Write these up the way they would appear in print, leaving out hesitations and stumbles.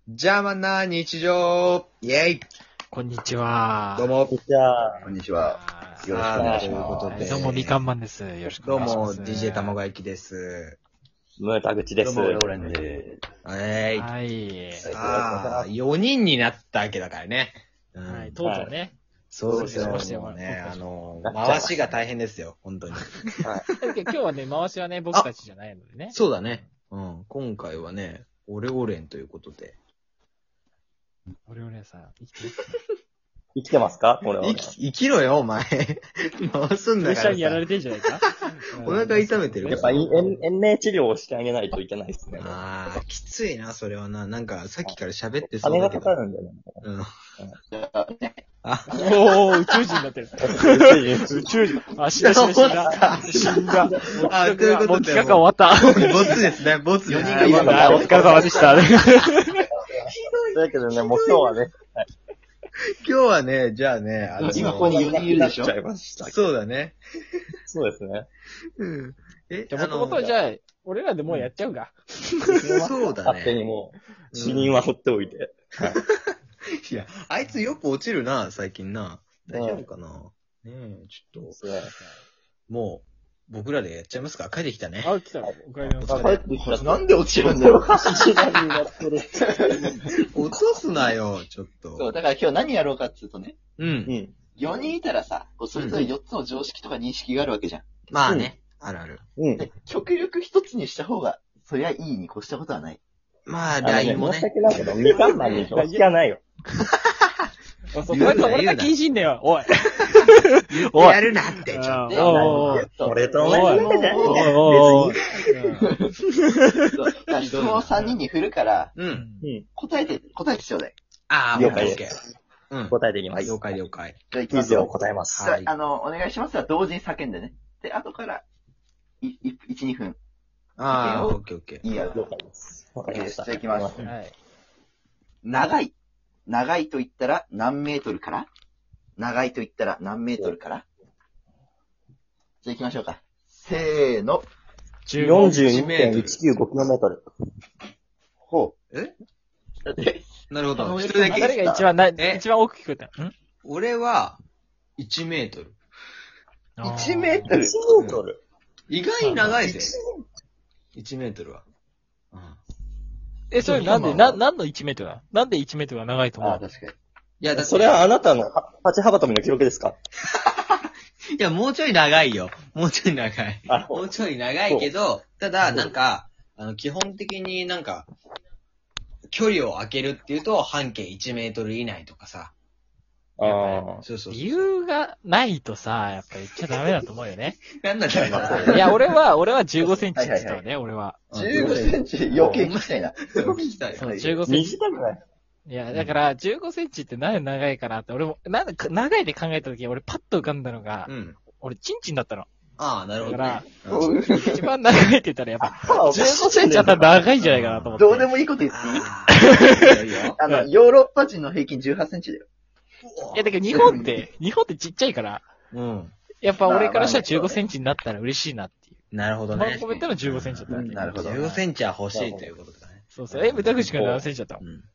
邪魔な日常イェイこんにちは。 どうも。 じゃあ、 こんにちは。 よろしくお願いします。ということで。 どうも、みかんマンです。よろしくどうも、 お願いします。 DJ たまがゆきです。 ムータグチです。 どうも、ロレンではい。 はい。 さあ、4人になったわけだからね。うん。 はい、とうとうね。 そうですよ。 そうしてもうね、 も回しが大変ですよ。本当に。 今日はね、回しはね、僕たちじゃないのでね。 そうだね。うん。今回はね、オレオレンということで。 俺さん、 生きてますかこれは。 生きろよ、お前。回すんだからさ。 プレッシャーにやられてんじゃないかお腹痛めてるやっぱ、延命治療をしてあげないといけないですね。 ああ、きついな、それはな。なんか、さっきから喋ってそう金がだけど。 かかるんだよね。 うん。 おー、宇宙人になってる。宇宙人。あ、死んだ。死んだ。 あ、ということで。 もう企画が終わった。 ボツですね、ボツ。4人がお疲れ様でした。 というわけでね、もう今日はね、 今日はね、じゃあね、 今ここに4人いるでしょなっちゃいました。 そうだね。 そうですね。 うん。 じゃあ、もともとじゃあ、俺らでもうやっちゃうか。 そうだ勝手にね。 もう、死人は放っておいて。 いや、あいつよく落ちるな、最近な。大丈夫かな。ねえ、ちょっと、 そうもう、僕らでやっちゃいますか。帰ってきたね。 あ、来た。お帰りなさい。 帰ってきた。なんで落ちるんだよ。 死人になってる。 落とすなよ、ちょっそう、 と。 だから今日何やろうかっていうとね、 う。 うんん。 4人いたらさ、こうそれぞれ4つの常識とか認識があるわけじゃん。 まあね、あるある。 うん。 で、極力1つにした方が、そりゃいいに越したことはない。 まあ、LINE もね。 申し訳ないけど、みかんマンに常識はないよ。 そう、こいつ俺が謹慎だよ。おい。 やるなって、ちょっでおい俺と同じわけじゃん。 おいそうだから質問を3人に振るから、 と。うん。 うん。 答えてちょうだい。 ああ、 了解オッケー。うん。 答えていきます。 了解了解。 じゃあ行きます以上よ。 答えます。 はいじゃあ、お願いしますは同時に叫んでね。で、後から、1、2分ああ、 意見をオッケーオッケー。 言い合う。 了解です。わかりました。 じゃあ行きますはい。 長い。長いと言ったら何メートルから長いと言ったら何メートルからじゃあ行きましょうか。せーの。 42.195km。 ほえう。だって、 なるほど。一人だ誰け。 が一番多く聞こえたん俺は、1メートル。 1メートル。 1m。 意外に長いぜ。1メートルは。うん。 それなんで、何の1メートルだなんで1メートルが長いと思うああ、確かに。 いや、だってそれはあなたの立ち幅跳びの記録ですか？ いや、もうちょい長いよ。もうちょい長い。 あ、 もうちょい長いけど、ただ、なんか、基本的になんか、距離を空けるっていうと、半径1メートル以内とかさ。 あそうそうそう。 理由がないとさ、やっぱり言っちゃダメだと思うよね。 なんだろう。 いや、俺は15センチって言ったわね、俺は。 15センチ余計聞きたいな。 聞きたい。 そうはい 15センチ。 短くない。 いや、だから、15センチって何で長いかなって、俺も、長いで考えた時、俺パッと浮かんだのがう、ん。 俺、チンチンだったの。 ああ、なるほど、 だね。 一番長いって言ったら、やっぱ、15センチあったら長いんじゃないかなと思って。 どうでもいいこと言っていいああ、いいよいいよ。 ヨーロッパ人の平均18センチだよ。 いや、だけど日本ってちっちゃいから、 うん。 やっぱ俺からしたら15センチになったら嬉しいなっていう。 なるほどねそのコ。メントの15センチだったわけ。 なるほど。 15センチは欲しいということだね。 そうそう。無駄口くん何センチだったのうん。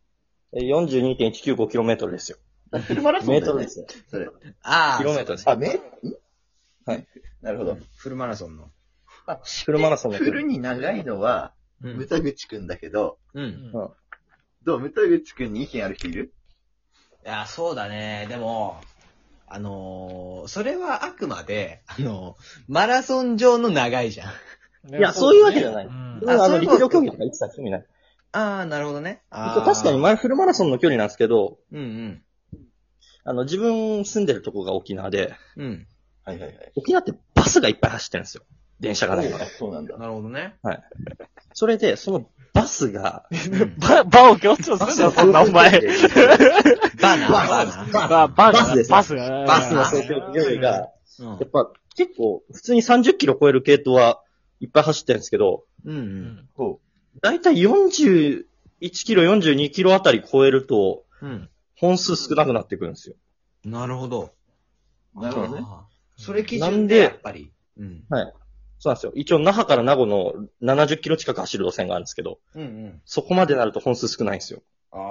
42.195km ですよ。 フルマラソンだよねメートルですよ。 それ。 ああ、 キロメートルです。 あ、 はい。 なるほど。 フルマラソンの。 フルマラソンの距離。 フルに長いのは、 うんムタグチくんだけど、 うん。 どうムタグチくんに意見ある人いる？ いや、そうだね。でも、それはあくまで、マラソン上の長いじゃん。 いや、そういうわけじゃない。 うん陸上競技とか言ってたら意味ない。 ああ、なるほどね。あー確かにフルマラソンの距離なんですけど、 うんうん。 自分住んでるとこが沖縄で、 うん。 はいはいはい。 沖縄ってバスがいっぱい走ってるんですよ。電車がないので。 そうなんだ。 なるほどね。 それで、そのバスが、 バを強調するんだよ、そんなお前。 バナババスですバスが。 バスの走行距離が、 ナ。 やっぱ結構、普通に30キロ超える系統はいっぱい走ってるんですけど、 うんうん。 ほだいたい41キロ、42キロあたり超えると、 うん。 本数少なくなってくるんですよ。 なるほど。 う。なるほどね。 あーそれ基準なんででやっぱり。うん。 はい。そうなんですよ。一応、那覇から名護の70キロ近く走る路線があるんですけど、 うんうん。 そこまでなると本数少ないんですよ。 あ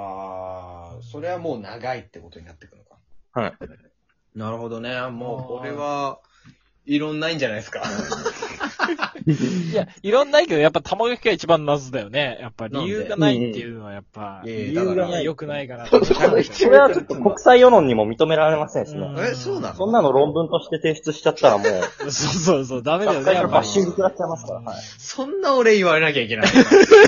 それはもう長いってことになってくるのか。 はい。 なるほどね。もうこれは、いろんないんじゃないですか。 いや、いろんないけど、やっぱ卵焼きが一番謎だよね。やっぱ理由がないっていうのはやっぱ、 いやいや理由がない良くないかなそうと思っちゃうそれはちょっと国際世論にも認められませんしね。 そうなのそんなの論文として提出しちゃったらもう、 そうそうそう、ダメだよね、 学会からバッやっぱり。 シング食らっちゃいますから。はい。 そんな俺言われなきゃいけない。そ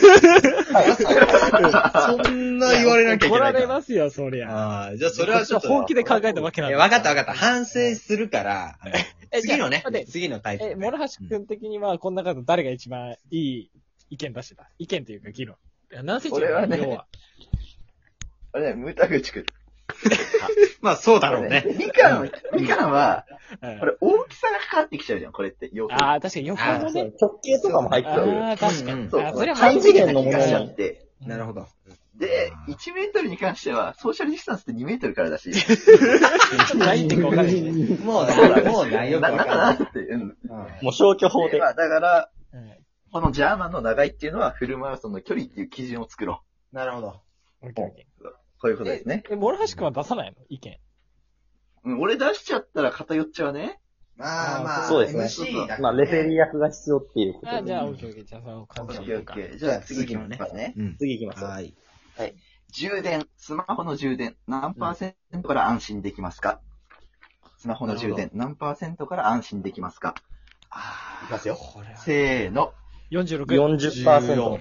んな言われなきゃいけ怒らないか。 れますよ、そりゃ。 ああ、じゃあそれはちょっと。 本気で考えたわけなんだ。 わかったわかった。反省するから、次のねじゃあ待って、 次のタイプ。 諸橋くん的には、この中の誰が一番いい意見出してた？意見というか議論。いや何センチこれはね要は。 あれね、ムタグチ君。 まあそうだろうね。 みかんは、 うんこれ大きさがかかってきちゃうじゃん、これって。よく。 ああ、確かに横もね。 直径とかも入っちゃう。 ああ、確かに。 そうあ、それは三次元のものがしちゃにって。 なるほど。 で、1メートルに関しては、ソーシャルディスタンスって2メートルからだし。 何言ってるか分かんないね。 もうないよくわなんだかんない。 なって。 もう消去法で。 まあ、だから、 うんこのジャーマンの長いっていうのは、フルマラソンの距離っていう基準を作ろなるほど。 オッケーオッケう。こういうことですね。 諸橋くんは出さないの意見。 俺出しちゃったら偏っちゃうね。 まあそうですね MC だまあ、レフェリー役が必要っていうことで。 あじゃあ、オッケーオッケー。じゃあ、その感じオッケーオッケー。じゃあ次行きますね。 うん。 次行きます。 はい。 充電、スマホの充電、何パーセントから安心できますか？スマホの充電、何パーセントから安心できますか？いきますよ。 これは。 せーの。 46。 40%。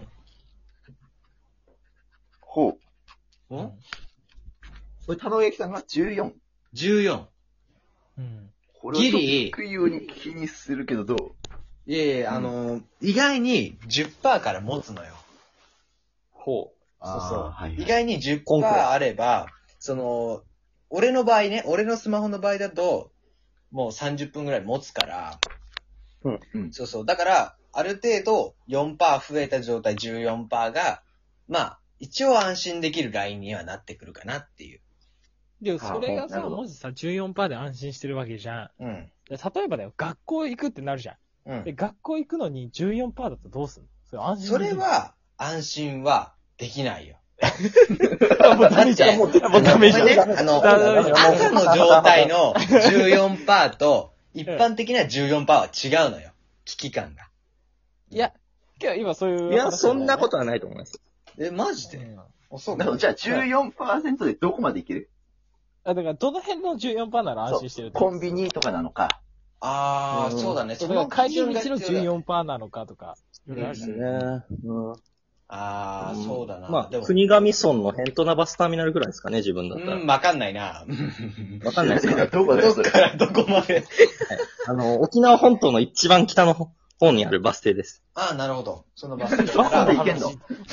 ほう。 うんこれ、田野駅さんが14。 14。 うん。 これはちょっとギリ低いように気にするけど、どう？ いやいや、意外に10%から持つのよ。 ほそうそう。 はい意外に10%あれば、俺の場合ね、俺のスマホの場合だと、もう30分ぐらい持つから、 うん。 そうそう。だから、ある程度4%増えた状態14%が、まあ、一応安心できるラインにはなってくるかなっていう。 でも、それがさ、 なるほどもしさ、14%で安心してるわけじゃん。 うん。 で例えばだよ、学校行くってなるじゃん。 うんで、。学校行くのに14%だとどうするの？それ安心そできるれ、は、安心はできないよ。 もうダメじゃん。もうダメじゃん。 これね、 ダメじゃん朝の状態の14%と、一般的な14%は違うのよ。危機感が。 いや、けど今そういう話。 いや、そんなことはないと思います。 マジでうん。 あ、そうなるほど。じゃあ、14% でどこまでいける？ あ、だから、どの辺の14%なら安心してるってことコンビニとかなのか。 そうだね。 それが帰り道の基準が必要だ 14%なのかとか、いろいろあるじゃん。 ね。 そうだな。 まあ、 でも、 国頭村の辺となバスターミナルぐらいですかね、自分だったら。 わかんないな。 わかんないですかどこだよ、それ。 どっからどこまで。 沖縄本島の一番北の方にあるバス停です。 なるほど。そのバス停バスで行けんの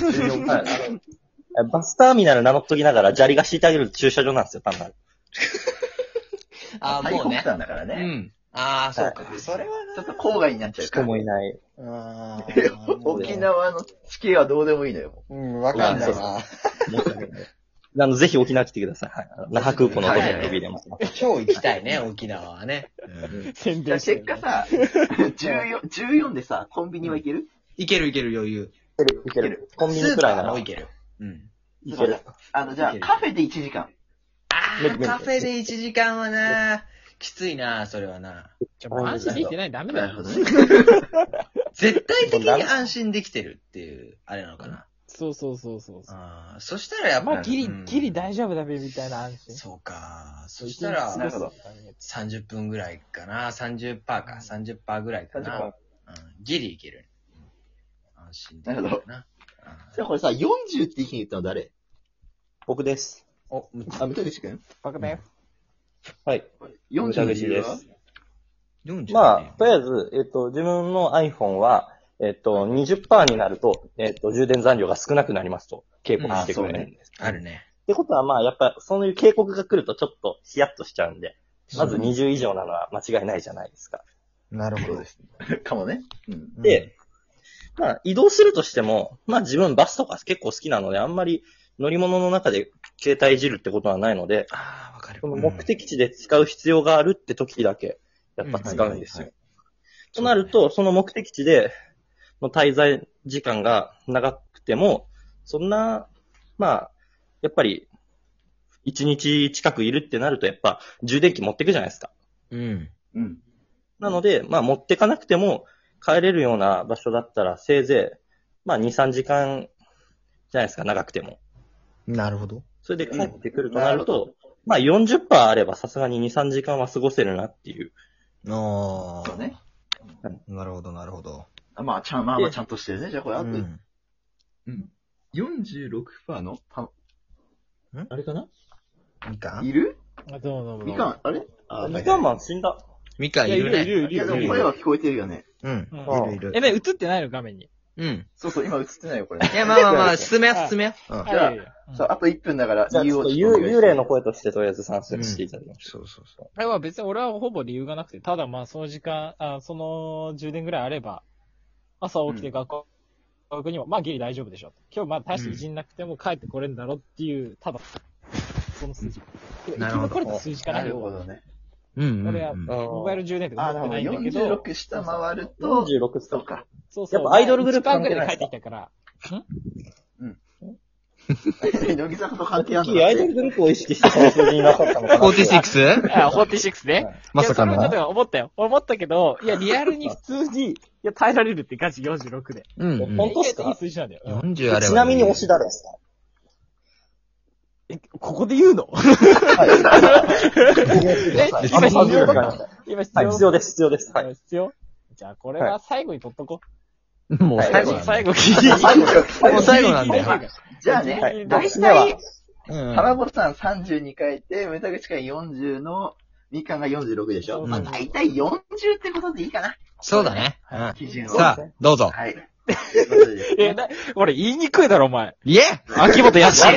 はい。バスターミナル名乗っときながら砂利が敷いてあげる駐車場なんですよ、単なる。 最北もうね。 端だからね。 うん。そうか。それはちょっと郊外になっちゃうか人ら。 もいない。 な。 沖縄の地形はどうでもいいのよ。 わかんないな。 申し訳ないぜひ沖縄来てください。はい。那覇空港のドメンビでも。 超行きたいね、沖縄はね。 宣じゃあ伝してる結果さ、14でさ、コンビニは行ける？ いける余裕。 いける。コンビニくらいなら。いもいける。うん。 ける。 じゃあ、カフェで1時間。 カフェで1時間はな、きついな、それはな。 もう安心できてないダメだよ。 ね。 絶対的に安心できてるっていう、あれなのかな。 そう。そしたらやっぱまあ、ギリ大丈夫だべ、みたいな安心。 そうか。そしたら、 なるほど。 30分ぐらいかな。30%か。30%ぐらいかな。ギリいける。安心できるなるほな。 じゃあこれさ、40って意見言ったの誰？ 僕です。 三田口くん？ バカだよ。 はい。 40の理由は？ 40 まあ、とりあえず、自分の iPhone は、20% になると、充電残量が少なくなりますと、警告してくれるんです。 あるね。 ってことは、まあ、やっぱ、そういう警告が来るとちょっとヒヤッとしちゃうんで、まず20以上なのは間違いないじゃないですか。 なるほど。 ですね。かもね。うん。 で、まあ、移動するとしても、まあ自分バスとか結構好きなので、あんまり乗り物の中で携帯いじるってことはないので、 わかる。 その目的地で使う必要があるって時だけ、やっぱ使うんですよ。となると、その目的地での滞在時間が長くても、そんな、まあ、やっぱり、 1日近くいるってなると、やっぱ、充電器持ってくじゃないですか。 うん。 うん。 なので、まあ持ってかなくても帰れるような場所だったら、せいぜい、まあ2、3時間じゃないですか、長くても。 なるほど。 それで帰ってくるとなると、まあ 40% あればさすがに2、3時間は過ごせるなっていう。 あそうね。 なるほど、なるほど。 まあちゃんとしてるね。じゃあこれ、あと、 うん。 46% のあれかなみかんいるあ、どうもどうも。 みかん、あれみかんマン死んだ。 ミカいや、 いるね。 いいや、でも声は聞こえてるよね。 うん。 うんいるいる。 え、ね、映ってないの画面に。 うん。 そうそう、今映ってないよ、これ。 いや、まあまあまあ、進めよう、進めよう。 うん。 じゃあいやいやさあ、あと1分だから、 じゃあちょっと幽霊の声としてとりあえず参戦していただきましょそうそうそう。 あれは別に俺はほぼ理由がなくて、ただまあその時間、その充電ぐらいあれば、朝起きて学校にも、まあギリ大丈夫でしょ。今日まあ大していじんなくても帰ってこれるんだろうっていう、ただ、その数字。 なるほど生き残れた数字かな、 なる要は。 ほどね。 うん俺は、 う。 モバイル充電とかあ、 持ってなるほど。 ないんだけど、 46下回ると、 46 そうか。 そうそう。 やっぱアイドルグループ 1ぐらい関係ない帰ってきたから、 乃木坂と関係ある大きいアイドルグループを意識してその数字になさったのかな。 46? あ、46ね。 まさかのいや、それはちょっと思ったよ。思ったけど、いや、リアルに普通に、いや、耐えられるってガチ46で。 うんうん。 本当っすか意外といい数字なんだよ。うん 40あれば。 ちなみに推し誰ですか？ え、ここで言うのはい今必要だは今必い、 要必要です、必要です。はい。 必要じゃあ、これは最後に取っとこもうう。 最後なんだ。 最後最後もう最後なんだよ。 じゃあね、 はい大締めは体、 うん卵さん32書いて、メタ口会40の、みかんが46でしょ。 うんまあ大体40ってことでいいかな。 そうだね。うん。 基準を。 さあ、どうぞ。 はい。ということでえ、俺言いにくいだろ、お前。 いえ秋元康。